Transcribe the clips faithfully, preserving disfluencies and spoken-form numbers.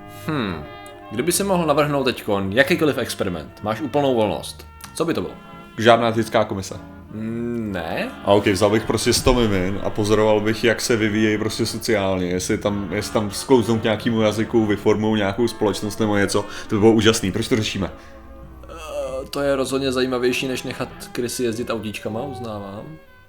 Hmm. Kdyby si mohl navrhnout teďkon jakýkoliv experiment, máš úplnou volnost, co by to bylo? Žádná etická komise. Mm, ne. A ok, vzal bych prostě sto mimin a pozoroval bych, jak se vyvíjejí prostě sociálně, jestli tam, jestli tam sklouznou k nějakému jazyku, vyformují nějakou společnost nebo něco, to by bylo úžasný, proč to řešíme? Uh, to je rozhodně zajímavější, než nechat krysy jezdit autíčkama, uznávám.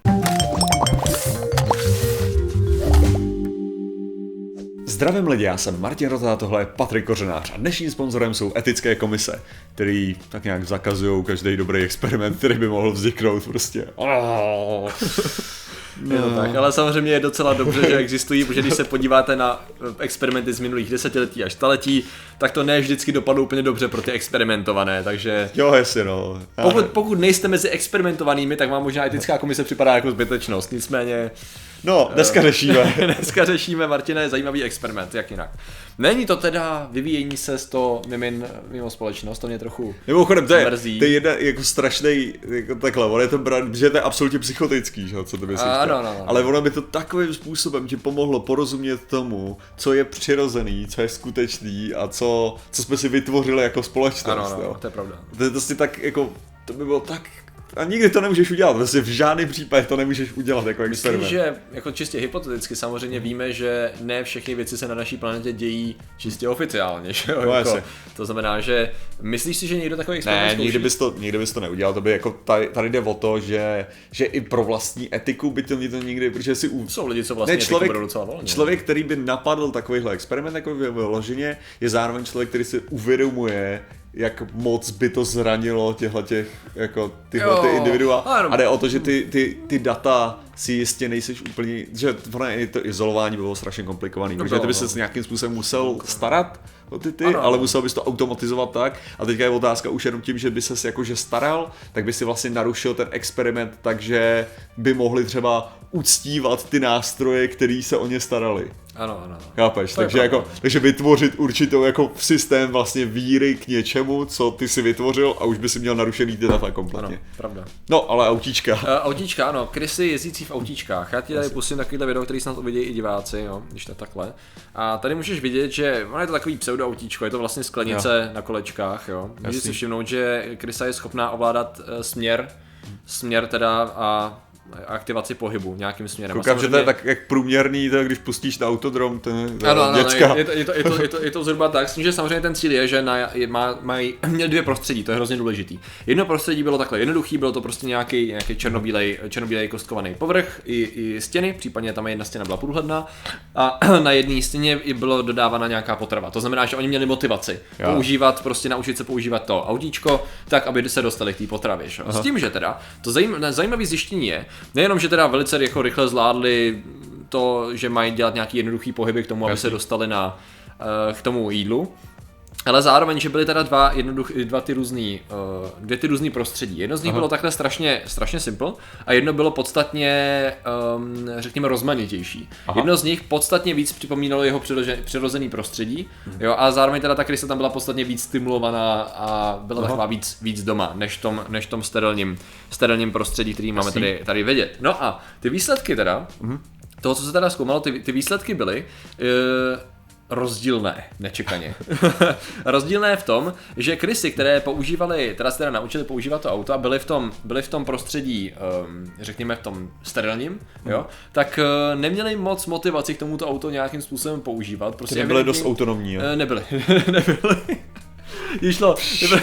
Zdravím lidi, já jsem Martin Rota, tohle je Patrik Kořenář a dnešním sponzorem jsou etické komise, který tak nějak zakazují každý dobrý experiment, který by mohl vzniknout prostě. Oh. Je to tak, ale samozřejmě je docela dobře, že existují, protože když se podíváte na experimenty z minulých desetiletí až staletí, tak to ne vždycky dopadlo úplně dobře pro ty experimentované, takže... Jo, jestli no. Pokud, pokud nejste mezi experimentovanými, tak vám možná etická komise připadá jako zbytečnost, nicméně... No, dneska řešíme. dneska řešíme, Martine, zajímavý experiment, jak jinak. Není to teda vyvíjení se z toho mimin mimo společnost, to mě trochu Mimochodem, to je, mrzí. to je jedna jako strašnej, jako takhle, ono je to brát, že to je absolutně psychotický, že, co to myslíš. Ano, ano, ano. Ale ono by to takovým způsobem ti pomohlo porozumět tomu, co je přirozený, co je skutečný a co, co jsme si vytvořili jako společnost. Ano, ano, jo. to je pravda. To je prostě tak, jako, to by bylo tak... A nikdy to nemůžeš udělat, vlastně v žádném případě to nemůžeš udělat jako experiment. Myslím, že jako čistě hypoteticky samozřejmě víme, že ne všechny věci se na naší planetě dějí čistě oficiálně, že jo? No, jako, jasně. to znamená, že myslíš si, že někdo takový experiment Ne, zkouší? nikdy bys, to, nikdy bys to neudělal, to by jako tady, tady jde o to, že, že i pro vlastní etiku by to, to nikdy, protože si u... Jsou lidi, co vlastně ne, člověk, budou docela volně. člověk, který by napadl takovýhle experiment jako vyloženě, je zároveň člověk, který si uvědomuje, jak moc by to zranilo těchto těch, jako tyhle ty individua. A jde o to, že ty, ty, ty data si jistě nejseš úplně, že to izolování by bylo strašně komplikovaný, no, protože ty by se nějakým způsobem musel starat o ty ty, ano, ale musel bys to automatizovat tak. A teďka je otázka už jenom tím, že by ses jakože staral, tak by si vlastně narušil ten experiment, takže by mohli třeba uctívat ty nástroje, který se o ně starali. Ano, ano. Chápeš, takže, jako, takže vytvořit určitou jako systém vlastně víry k něčemu, co ty si vytvořil a už by si měl narušený ty data kompletně. Ano, pravda. No, ale autíčka. Uh, autíčka, ano, krysy jezdící v autíčkách. Já ti tady pustím takovýhle video, který snad uvidějí i diváci, jo, když to takhle. A tady můžeš vidět, že ono je to takový pseudo autíčko, je to vlastně sklenice jo. na kolečkách, jo. Můžeš si všimnout, že krysa je schopná ovládat uh, směr, směr teda a aktivaci pohybu nějakým směrem. Koukám, samozřejmě... že to je tak jak průměrný, to když pustíš na autodrom, ten ano, ano, děcka. Je to, je, to, je, to, je, to, je to zhruba tak, s tím, že samozřejmě ten cíl je, že na, je, má, mají, měli dvě prostředí, to je hrozně důležitý. Jedno prostředí bylo takhle jednoduchý, bylo to prostě nějaký, nějaký černobílej, černobílej kostkovaný povrch i, i stěny, případně tam jedna stěna byla průhledná a na jedné stěně bylo dodávána nějaká potrava. To znamená, že oni měli motivaci jo. používat, prostě naučit se používat to autíčko, tak, aby se dostali k té potravě. Že? S tím, že teda, to zajímavé, zajímavé zjištění je, nejenom, že teda velice jako rychle zvládli to, že mají dělat nějaký jednoduchý pohyby k tomu, aby se dostali na, uh, k tomu jídlu, ale zároveň, že byly teda dva, jednoduch, dva ty různý, uh, dvě ty různý prostředí. Jedno z nich Aha. bylo takhle strašně, strašně simple a jedno bylo podstatně, um, řekněme, rozmanitější. Aha. Jedno z nich podstatně víc připomínalo jeho přirozený prostředí, hmm. jo, a zároveň teda ta krysa tam byla podstatně víc stimulovaná a byla Aha. taková víc, víc doma, než tom, než tom sterilním, sterilním prostředí, který máme tady, tady vidět. No a ty výsledky teda, hmm. toho, co se teda zkoumalo, ty, ty výsledky byly, uh, rozdílné, nečekaně. Rozdílné v tom, že krysy, které používali, teda se teda naučili používat to auto a byly v tom, byly v tom prostředí, um, řekněme v tom sterilním, mm. jo, tak uh, neměli moc motivaci k tomuto auto nějakým způsobem používat. Prostě nebyly evidentní, dost autonomní, jo? Nebyly, nebyly. Jišlo, nebyly.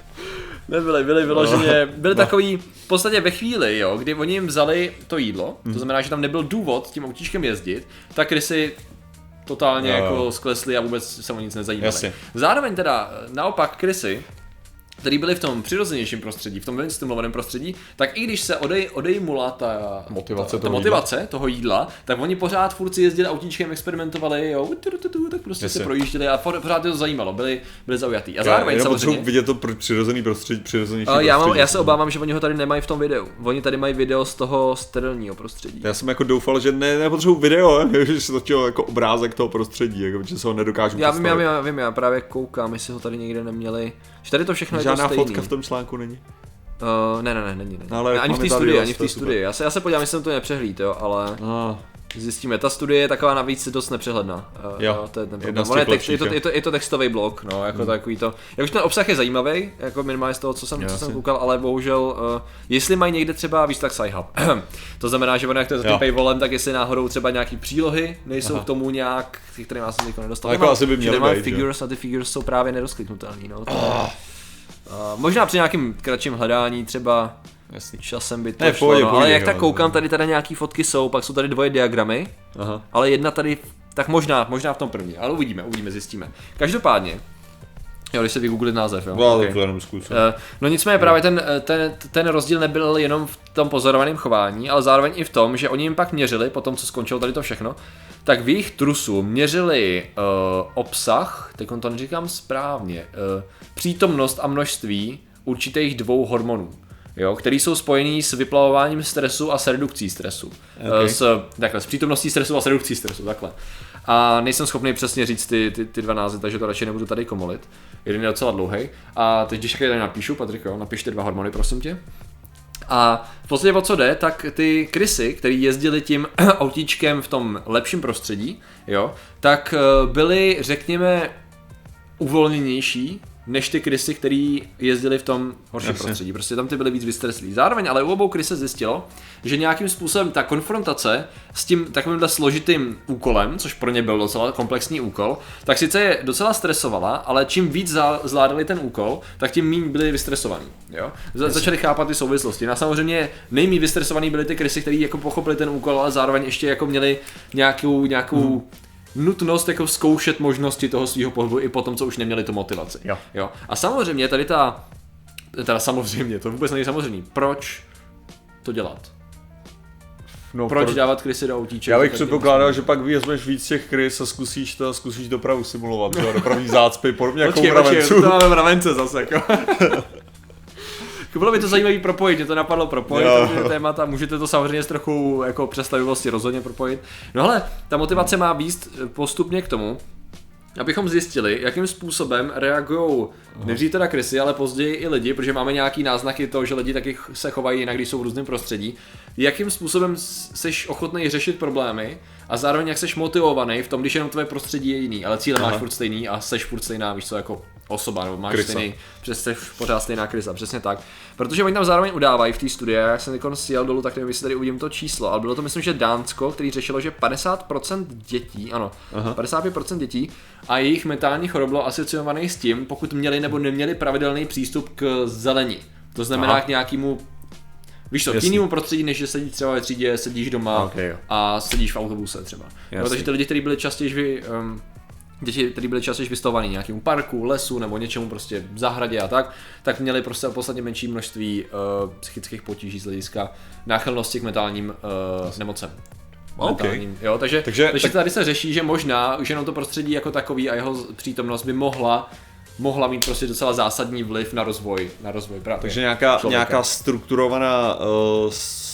Nebyly, byly vyloženě, byly no. takový, v podstatě ve chvíli, jo, kdy oni jim vzali to jídlo, mm. to znamená, že tam nebyl důvod tím autíčkem jezdit, tak krysy totálně no. jako sklesli a vůbec se o nic nezajímali. Jasně. Zároveň teda naopak krysy, který byli v tom přirozenějším prostředí, v tom velmi stimulovaném prostředí, tak i když se odej, odejmula ta motivace, ta, ta toho, motivace jídla. toho jídla, tak oni pořád furt si jezdili autíčkem, experimentovali, jo, tak prostě Jasně. se projížděli a pořád je to zajímalo, byli, byli zaujatý. A zároveň já, samozřejmě... vidět to přirozený prostředí, přirozenější já, prostředí. mám, já se obávám, že oni ho tady nemají v tom videu. Oni tady mají video z toho sterilního prostředí. Já jsem jako doufal, že ne, nepotřebuji video, že se točilo jako obrázek toho prostředí, jako, že se ho nedokážu já vím, já vím, já vím, já právě koukám, jestli ho tady někde neměli. Že tady to všechno je to stejný. Žádná fotka v tom článku není? Uh, ne, ne, ne, není. není. Ale ani v té studii, ani v té studii. Já se, já se podívám, jestli jsem to nepřehlíd, jo, ale... No, zjistíme. Ta studie je taková navíc dost nepřehledná. Jo, to je, ten jedna z je, těch text, je, to, lepších, je, to, je to textový blok, no, jako Hmm. takový to. Jakože ten obsah je zajímavý, jako minimálně z toho, co jsem, Jo, co jsem asi. koukal, ale bohužel, uh, jestli mají někde třeba víc tak Sci-Hub. To znamená, že ono jak to je za tím Jo. paywallem, tak jestli náhodou třeba nějaký přílohy nejsou Aha. k tomu nějak, které já jsem teďko nedostal. No, jako Nemám- asi by měly nemám být, figures a ty figures jsou právě nedoskliknutelný, no. To, Oh. Uh, možná při nějakým kratším hledání třeba Jasný. časem by to Ne, šlo, pohodě, no, ale pohodě, jak jo, tak koukám, no. tady tady nějaký fotky jsou, pak jsou tady dvoje diagramy, Aha. ale jedna tady, tak možná, možná v tom první, ale uvidíme, uvidíme, zjistíme. Každopádně, jo, když se vygooglit název, jo. No, okay. okay. jenom zkusím. Uh, no nicméně právě ten, ten, ten rozdíl nebyl jenom v tom pozorovaném chování, ale zároveň i v tom, že oni jim pak měřili, po tom, co skončilo tady to všechno, tak v jejich trusu měřili uh, obsah, teď to neříkám správně, uh, přítomnost a množství určitých dvou hormonů, jo, který jsou spojený s vyplavováním stresu a s redukcí stresu. Okay. Uh, s, takhle, s přítomností stresu a s redukcí stresu, takhle. A nejsem schopný přesně říct ty, ty, ty dva názvy, takže to radši nebudu tady komolit. Jeden je docela dlouhý. A teď, když tady napíšu, Patrik, jo, napište dva hormony, prosím tě. A v podstatě o co jde, tak ty krysy, který jezdili tím autíčkem v tom lepším prostředí, jo, tak byly, řekněme, uvolněnější než ty krysy, který jezdili v tom horším Jasně. prostředí. Prostě tam ty byly víc vystreslí. Zároveň ale u obou krys se zjistilo, že nějakým způsobem ta konfrontace s tím takovýmhle složitým úkolem, což pro ně byl docela komplexní úkol, tak sice je docela stresovala, ale čím víc zvládali ten úkol, tak tím méně byli vystresovaní. Jo? Za- začali chápat ty souvislosti. No a samozřejmě nejméně vystresovaní byly ty krysy, kteří jako pochopili ten úkol, ale zároveň ještě jako měli nějakou, nějakou hmm. nutnost jako zkoušet možnosti toho svého pohybu i po tom, co už neměli tu motivaci. Jo. Jo. A samozřejmě tady ta, teda samozřejmě, to vůbec není samozřejmě, proč to dělat? No, Proč pro... dávat krysy do autíček? Já bych Takým předpokládal, způsobem? že pak vezmeš víc těch krys a zkusíš to, zkusíš dopravu simulovat, jo, dopravní zácpy, podobně jako Počkej, u počkej, mravenců. to máme mravence zase, jako. Bylo by to zajímavý propojit, mě to napadlo propojit, Jo. protože témata, můžete to samozřejmě s trochu jako představivosti rozhodně propojit. No ale ta motivace má být postupně k tomu, abychom zjistili, jakým způsobem reagují nejdřív teda krysy, ale později i lidi, protože máme nějaký náznaky toho, že lidi taky se chovají jinak, když jsou v různém prostředí. Jakým způsobem seš ochotný řešit problémy a zároveň jak seš motivovaný v tom, když jenom tvoje prostředí je jiný, ale cíle máš furt stejný a seš furt stejná, víš co, jako osoba, nebo máš Krysa. stejný, přes seš pořád stejná krysa, přesně tak. Protože oni tam zároveň udávají v té studii, já jsem teď sjel dolů, tak nevím, jestli tady uvidím to číslo, ale bylo to myslím, že Dánsko, který řešilo, že padesát procent dětí, ano, Aha. padesát pět procent dětí a jejich mentální chorob bylo asociovaný s tím, pokud měli nebo neměli pravidelný přístup k zelení. To znamená Aha. k nějakému, víš co, k Jasný. jinému prostředí, než že sedíš třeba ve třídě, sedíš doma Okay, jo. a sedíš v autobuse třeba. No, takže ty lidi, kteří byli častěji vy, um, děti, kteří byli častěji vystavovaní nějakému parku, lesu nebo něčemu prostě v zahradě a tak, tak měli prostě podstatně menší množství uh, psychických potíží z hlediska náchylnosti k mentálním uh, nemocem. Okay. Mentálním, jo, takže, Takže- takže tak- tady se řeší, že možná už jenom to prostředí jako takový a jeho přítomnost by mohla mohla mít prostě docela zásadní vliv na rozvoj, na rozvoj právě. Takže nějaká, člověka. nějaká strukturovaná, uh,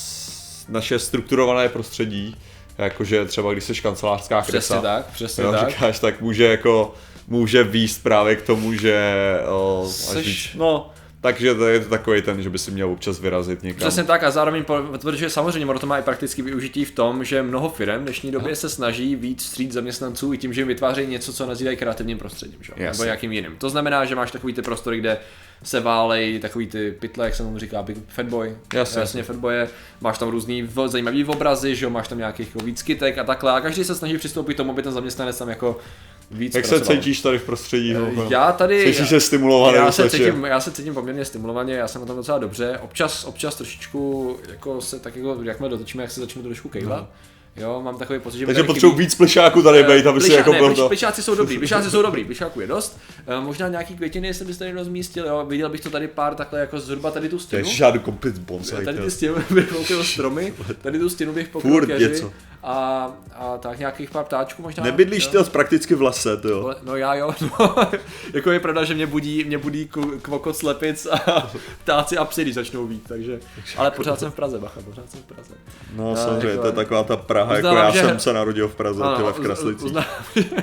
s, naše strukturované prostředí, jakože třeba když jsi kancelářská krysa, Přesně tak, přesně jo, tak. říkáš, tak může jako, může výst právě k tomu, že uh, Seš- až víc, no, takže to je to takový ten, že by si měl občas vyrazit někam. Přesně tak a zároveň, protože samozřejmě ono to má i prakticky využití v tom, že mnoho firm v dnešní době se snaží víc vstříc zaměstnanců i tím, že jim vytvářejí něco, co nazývají kreativním prostředím, že? Nebo nějakým jiným. To znamená, že máš takový ty prostory, kde se válejí takový ty pytle, jak se mu říká, fatboy, Jasně. jasně fatboye, máš tam různý v, zajímavý obrazy, že jo, máš tam nějakých jako víc kytek a takhle a každý se snaží přistoupit k tomu, aby ten zaměstnanec tam jako víc Jak se pracoval. cítíš tady v prostředí? Eh, Já tady... Cítíš se stimulovaný? Já se, vůbec, cítím, já se cítím poměrně stimulovaně, já jsem na tom docela dobře. Občas, občas trošičku jako se tak jako, jakmile dotočíme, jak se začnu trošku kejvat. No. Jo, mám takový pocit, že Takže potřebuji víc plišáků tady být, aby si jako ne, byl pliš, to. plišáci jsou dobrý, plišáci jsou dobrý, plišáků je dost. E, možná nějaký květiny, jestli byste tady rozmístil, jo, viděl bych to tady pár takhle jako zhruba tady tu stěnu. Takže žádný komplet bonsai. Tady ty stěnu bych pokryl stromy, tady tu stěnu bych pokryl Furt keři něco. a, a tak nějakých pár ptáčků možná. Nebydlíš jo. ty prakticky v lese, ty jo. Ale- No já jo, no, jako je pravda, že mě budí, mě budí ku- kvokot slepic a ptáci a psy, když začnou být, takže, ale pořád jsem v Praze, bacha, pořád jsem v Praze. No No, samozřejmě, jako- to je taková ta Praha, jako Uznávám, já že- jsem se narodil v Praze, Ano, tyhle v uz- Kraslicích. uznám,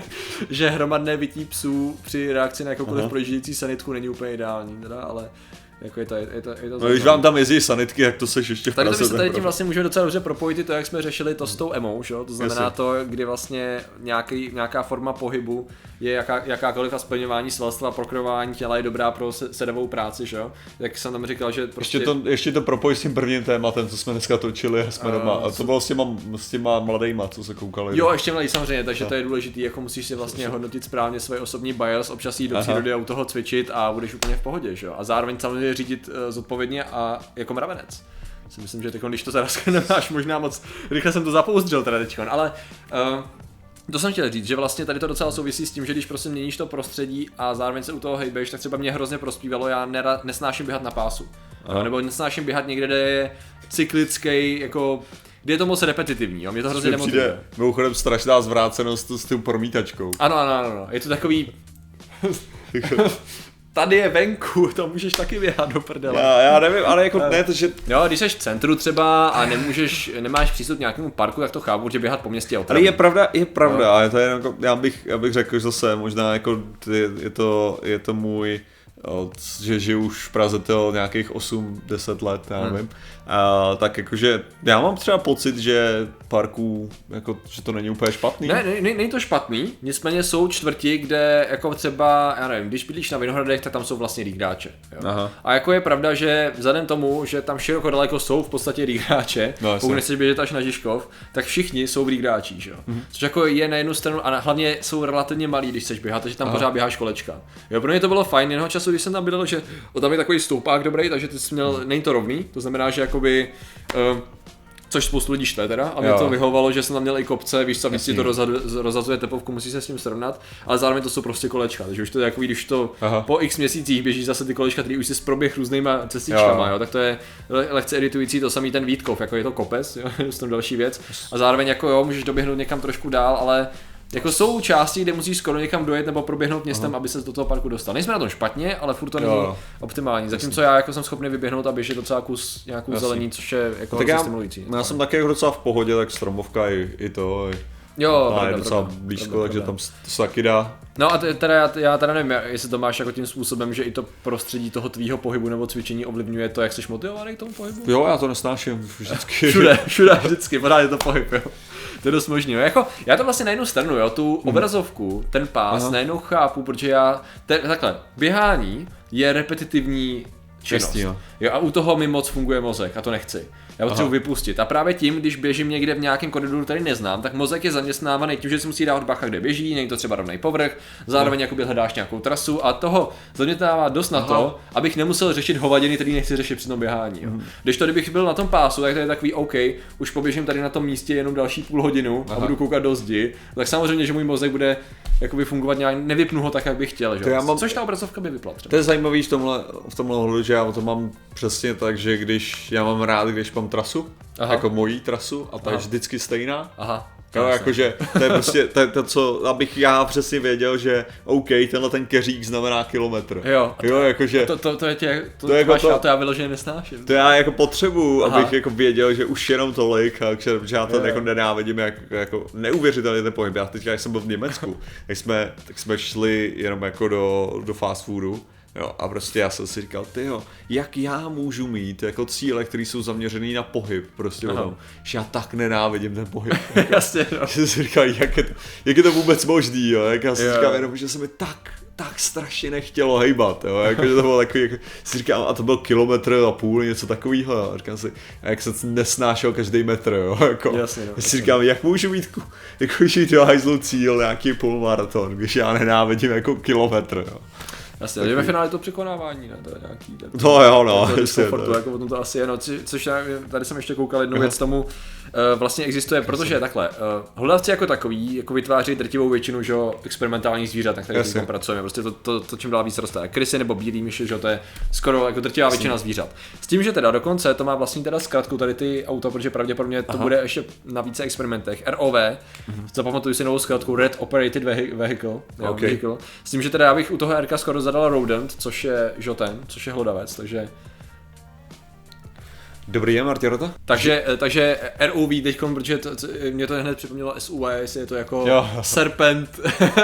že hromadné vytí psů při reakci na jakoukoliv Aha. projíždějící sanitku není úplně ideální, teda, ale Jako je to, je to, je to no, když vám tam jezdí sanitky, jak to seš ještě v Praze. Tady, to tady tím vlastně můžeme docela dobře propojit i to, jak jsme řešili to s tou emou, že? To znamená Jasně. to, kdy vlastně nějaký, nějaká forma pohybu je jaká, jakákoliv a splňování svalstva, prokrojování těla je dobrá pro sedavou práci, že? Jak jsem tam říkal, že prostě... Ještě to, ještě to propoj s tím prvním tématem, co jsme dneska točili a jsme uh, doma. A to bylo s těma, s těma mladejma, co se koukali. Jo, ještě mladý samozřejmě, takže to je důležitý, jako musíš si vlastně hodnotit správně svoje osobní bias, občas jít do přírody a u toho cvičit a budeš úplně v pohodě, že? A zároveň samozřejmě řídit zodpovědně a jako mravenec. Si myslím, že teď, když to zaraz nemáš, možná moc rychle jsem to zapouzdřil teda teďkon, ale uh, to jsem chtěl říct, že vlastně tady to docela souvisí s tím, že když prostě měníš to prostředí a zároveň se u toho hejbeš, tak třeba mě hrozně prospívalo, já nera, nesnáším běhat na pásu. Aha. Nebo nesnáším běhat někde, kde je cyklický, jako kde je to moc repetitivní, jo? Mě to hrozně nemotivuje. Mimochodem strašná zvrácenost s tou promítačkou. Ano, ano, ano, je to takový... Tady je venku, to můžeš taky běhat do prdele. Já, já nevím, ale jako ne, to že... Jo, když jsi v centru třeba a nemůžeš, nemáš přístup k nějakému parku, tak to chápu, že běhat po městě je otravný. Ale je pravda, je pravda, no. Ale to je jako, já bych, já bych řekl, že zase možná jako je, je to, je to můj, že žiju už v Praze to nějakých osm deset let, já nevím. Hmm. A, tak jakože já mám třeba pocit, že parků, jako, že to není úplně špatný. Ne, ne, není to špatný, nicméně jsou čtvrti, kde jako třeba, já nevím, když bydlíš na Vinohradech, tak tam jsou vlastně rýhráče. A jako je pravda, že vzhledem tomu, že tam široko daleko jsou v podstatě rýhráče, no, pokud nechceš běžet až na Žižkov, tak všichni jsou rýhráči, že jo. Mm-hmm. Což jako je na jednu stranu a hlavně jsou relativně malí, když chceš běhat, takže tam Aha. pořád běháš kolečka. Jo, pro mě to bylo fajn, jednoho času, když jsem tam bydlel, že o, tam je takový stoupák dobrý, takže ty jsi měl, není to rovný, to znamená, že jakoby uh, což spoustu lidí štve teda a mě jo. to vyhovovalo, že jsem tam měl i kopce, víš co, víc si to rozhazuje tepovku, musí se s tím srovnat, ale zároveň to jsou prostě kolečka, takže už to je jako když to Aha. po x měsících běží zase ty kolečka, který už si proběh různýma cestičkama, jo. jo, tak to je lehce iritující, to samý ten Vítkov, jako je to kopec, jo, je to další věc a zároveň jako jo, můžeš doběhnout někam trošku dál, ale jako jsou části, kde musíš skoro někam dojet nebo proběhnout městem, Aha. aby se do toho parku dostal. Nejsme na tom špatně, ale furt to není jo. optimální. Zatímco já jako jsem schopný vyběhnout a běžet docela kus nějakou Jasný. zelení, což je jako tak já, stimulující. Já jsem taky jako docela v pohodě, tak Stromovka i, i to. I, jo, pravda, je docela pravda, blízko, pravda, takže pravda. Tam to se taky dá. No a teda já, já teda nevím, jestli to máš jako tím způsobem, že i to prostředí toho tvýho pohybu nebo cvičení ovlivňuje to, jak jsi motivovaný k tomu pohybu? Jo, já to nesnáším vždycky. všude, všude vždycky, pořád je to pohyb, jo. To je dost možný, jo. Jako, já to vlastně na jednu stranu, jo, tu hmm. obrazovku, ten pás, Aha. najednou chápu, protože já, te, takhle, běhání je repetitivní činnost. Jo. jo. A u toho mi moc funguje mozek a to nechci. Já potřebuji vypustit. A právě tím, když běžím někde v nějakém koridoru, který neznám, tak mozek je zaměstnávaný tím, že si musí dávat bacha, kde běží, není to třeba rovný povrch, zároveň no. jakoby hledáš nějakou trasu a toho zaměstnává dost Aha. na to, abych nemusel řešit hovadiny, který nechci řešit při tom běhání. Jo. Hmm. Když to, kdybych byl na tom pásu, tak to je takový OK, už poběžím tady na tom místě jenom další půl hodinu Aha. a budu koukat do zdi, tak samozřejmě, že můj mozek bude jakoby fungovat nějak, nevypnu ho tak, jak bych chtěl, že? Mám... Což ta obrazovka by vypla třeba. To je zajímavý v tomhle, v tomhle ohledu, že já to mám přesně tak, že když já mám rád, když mám trasu, Aha. jako mojí trasu a ta je vždycky stejná. Aha. Jo, jakože to je prostě to, je to, co, abych já přesně věděl, že OK, tenhle ten keřík znamená kilometr. Jo, jo jakože to, to, to je tě, to, to, to, jako to, to já vyloženě nesnáším. To já jako potřebuju, Aha. abych jako věděl, že už jenom tolik, a že já to jo. jako nenávidím, jak, jako neuvěřitelně ten pohyb. Já teďka, jak jsem byl v Německu, tak jsme, tak jsme šli jenom jako do, do fast foodu. Jo, a prostě já jsem si říkal, tyjo, jak já můžu mít jako cíle, které jsou zaměřený na pohyb, prostě tom, že já tak nenávidím ten pohyb. Jasně, no. Já jsem si říkal, jak je to, jak je to vůbec možný, jo, jak já jsem si říkal, jenom, že se mi tak, tak strašně nechtělo hejbat, jo, jakože to bylo takový, jako, si říkal, a to byl kilometr a půl, něco takového, jo, a říkám si, jak se nesnášel každý metr, jo, jako, jasně, no, já si říkám, jak můžu mít, jako, že do hajzlu cíl nějaký půlmaraton, když já nenávidím jako kilometr, jo. Jasně, ale ve finále to překonávání, ne, to je nějaký... Tak, no jo, no, to jasně, to jako potom to asi je, no, což já, tady jsem ještě koukal jednu věc tomu, uh, vlastně existuje, protože takhle, uh, hlodavci jako takový, jako vytváří drtivou většinu, že experimentálních zvířat, na kterých tam pracujeme, prostě to, to, to čím dál víc roste, krysy nebo bílý myši, že to je skoro jako drtivá jasně. většina zvířat. S tím, že teda dokonce to má vlastně teda zkratku tady ty auta, protože pravděpodobně to Aha. bude ještě na více experimentech, R O V, mhm. zapamatuju si novou zkratku, Red Operated Vehicle, okay. vehicle, s tím, že teda já bych u toho R K skoro zadal rodent, což je žoten, což je hlodavec, takže... Dobrý den, Martin Rota. Takže, takže R O V teďkom, protože to, to, mě to hned připomnělo S U V, jestli je to jako jo. Serpent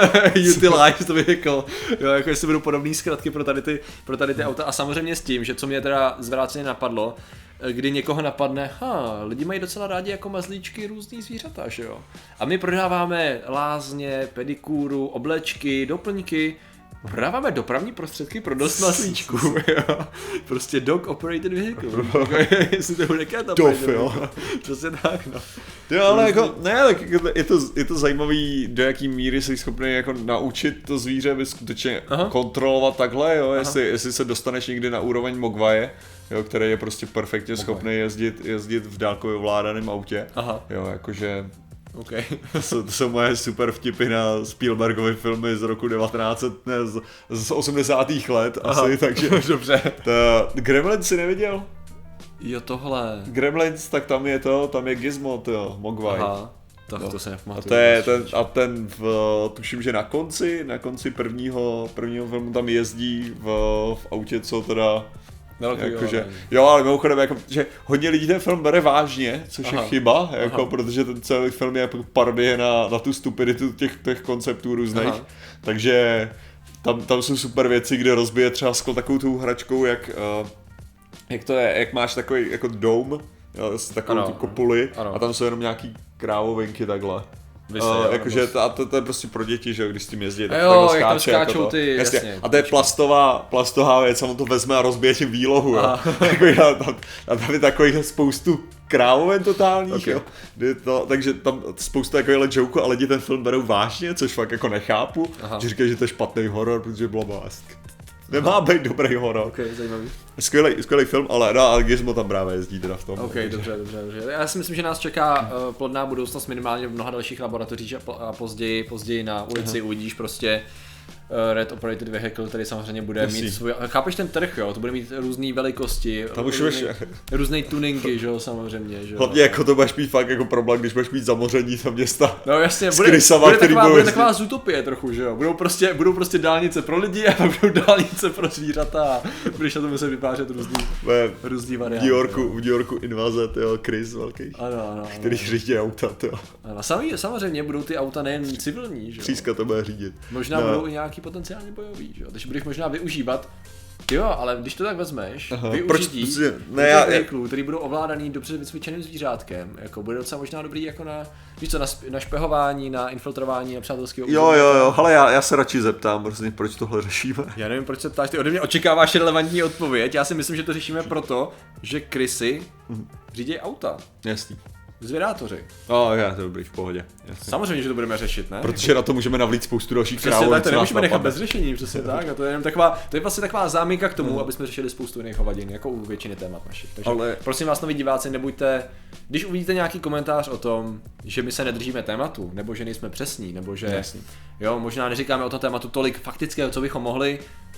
Utilize, to bych řekl, jo, jako jestli budou podobné zkratky pro tady, ty, pro tady ty auta a samozřejmě s tím, že co mě teda zvráceně napadlo, kdy někoho napadne, ha, lidi mají docela rádi jako mazlíčky různý zvířata, že jo. A my prodáváme lázně, pedikúru, oblečky, doplňky, prodáváme dopravní prostředky pro dost mazlíčků, jo. Prostě dog operated vehicle, jestli to bude Dof, jo. Přesně tak, no. Jo, ale jako, ne, tak je to, je to zajímavý, do jaký míry jsi schopný jako naučit to zvíře, aby skutečně Aha. kontrolovat takhle, jo, jestli, jestli se dostaneš někdy na úroveň Mogwaje, jo, který je prostě perfektně Mogwai. schopný jezdit, jezdit v dálkově ovládaném autě, Aha. jo, jakože... Okay. to, jsou, to jsou moje super vtipy na Spielbergovy filmy z roku devatenáct set, ne, z, z osmdesátých let Aha. asi, takže... Dobře. Ta, Gremlins si neviděl? Jo, tohle. Gremlins, tak tam je to, tam je Gizmo, to Mogwai. Aha. Tak to se nepamatuju. A, to je ten, a ten, v, tuším, že na konci, na konci prvního, prvního filmu tam jezdí v, v autě, co teda... No, jako, že, jo, ale mimochodem, jako, že hodně lidí ten film bere vážně, což Aha. je chyba, jako, protože ten celý film je parodie na, na tu stupiditu těch, těch konceptů různých, takže tam, tam jsou super věci, kde rozbije třeba sklo takovou tou hračkou, jak, uh, jak to je, jak máš takový jako dome, jo, s takovou ano, tu kopuli ano. a tam jsou jenom nějaký krávovinky takhle. Uh, jakože to, to, to je prostě pro děti, že když s tím jezdí, tak jo, skáče, jak tam skáčou jako ty, jasně. jasně. A to je plastová, plastová věc, a on to vezme a rozbije tím výlohu, jo. a, tam, a tam je takových spoustu krávoven totálních, okay. jo. To, takže tam spoustu takovýhle joke a lidi ten film berou vážně, což fakt jako nechápu, Aha. že říkají, že to je špatný horor, protože blablabla. Nemá být dobrý horor. Okay, zajímavý. Skvělý, skvělý film, ale no, a Gizmo tam právě jezdí teda v tom. Ok, takže. dobře, dobře, dobře. Já si myslím, že nás čeká uh, plodná budoucnost minimálně v mnoha dalších laboratořích a později, později na ulici Aha. uvidíš prostě uh, Red Operated Vehicle, který samozřejmě bude Jasný. mít svůj, chápeš ten trh, jo, to bude mít různé velikosti, tam už různý, různé tuninky, že jo, samozřejmě, že jo. Hlavně jako to budeš mít fakt jako problém, když budeš mít zamoření tam města. No jasně, bude, krysama, bude, taková, bude taková zootopie trochu, že jo, budou prostě, budou prostě dálnice pro lidi a pak budou dálnice pro zvířata a budeš na to muset vypářet různý, různý varianty. V New Yorku, v New Yorku invaze, jo, Chris velký, ano, ano, který ano. řídí auta, jo. Ano, sami, samozřejmě budou ty auta nejen civilní, že jo. Tříska to bude řídit. Možná no. budou i nějaký potenciálně bojový, že jo, takže budeš možná využívat, jo, ale když to tak vezmeš, Aha, využití proč, ne, já, vehiklů, který budou ovládaný dobře vycvičeným zvířátkem, jako bude docela možná dobrý jako na, víš co, na, na špehování, na infiltrování nepřátelského Jo, jo, jo, ale já, já se radši zeptám, prostě, proč tohle řešíme. Já nevím, proč se ptáš, ty ode mě očekáváš relevantní odpověď, já si myslím, že to řešíme proto, že krysy řídí auta. Jasný. Zvědátoři. Oh, já, to je dobrý, v pohodě. Jasně. Samozřejmě, že to budeme řešit, ne? Protože na to můžeme navlít spoustu dalších krávů. Přesně tak, to nemůžeme nechat bez řešení, přesně tak. A to je jenom taková, to je vlastně taková záminka k tomu, aby jsme řešili spoustu jiných hovadin, jako u většiny témat našich. Takže ale... prosím vás, noví diváci, nebuďte, když uvidíte nějaký komentář o tom, že my se nedržíme tématu, nebo že nejsme přesní, nebo že Jasně. jo, možná neříkáme o tom tématu tolik faktického, co bychom mohli,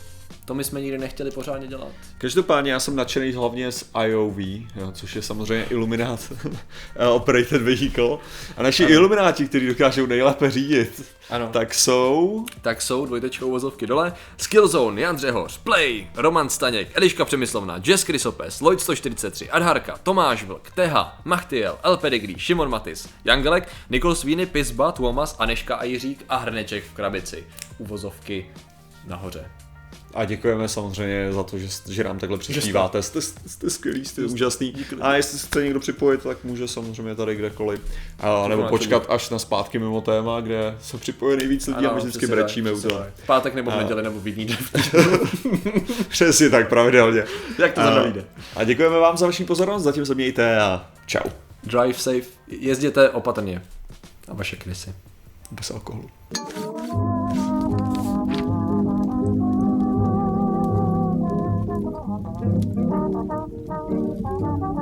to my jsme nikdy nechtěli pořádně dělat. Každopádně já jsem nadšený hlavně z I O V, jo, což je samozřejmě Illuminat Operated Vehicle. A naši ano. Illumináti, kteří dokážou nejlépe řídit, ano. tak jsou... Tak jsou, dvojtečkou vozovky dole, Skillzone, Jan Řehoř, Play, Roman Staněk, Eliška Přemyslovna, Jess Krysopes, Lloyd sto čtyřicet tři, Adharka, Tomáš Vlk, Teha, Machtiel, El Pedigree, Šimon Matis, Jangelek, Nikol Svíny, Pisba, Tuomas, Aneška a Jiřík a Hrneček v krabici. U vozovky nahoře. A děkujeme samozřejmě za to, že, že nám takhle přispíváte. Jste, jste skvělí, jste úžasný. Díky. A jestli se chce někdo připojit, tak může samozřejmě tady kdekoliv. A, nebo počkat až na zpátky mimo téma, kde se připojí nejvíc lidí ano, a my vždycky brečíme u toho. Pátek nebo v neděli nebo v jedný den. Přesně tak, pravidelně. Jak to zrovna vyjde. A děkujeme vám za vaši pozornost, zatím se mějte a čau. Drive safe, jezděte opatrně. A vaše krysy. Bez alkoholu. Thank you.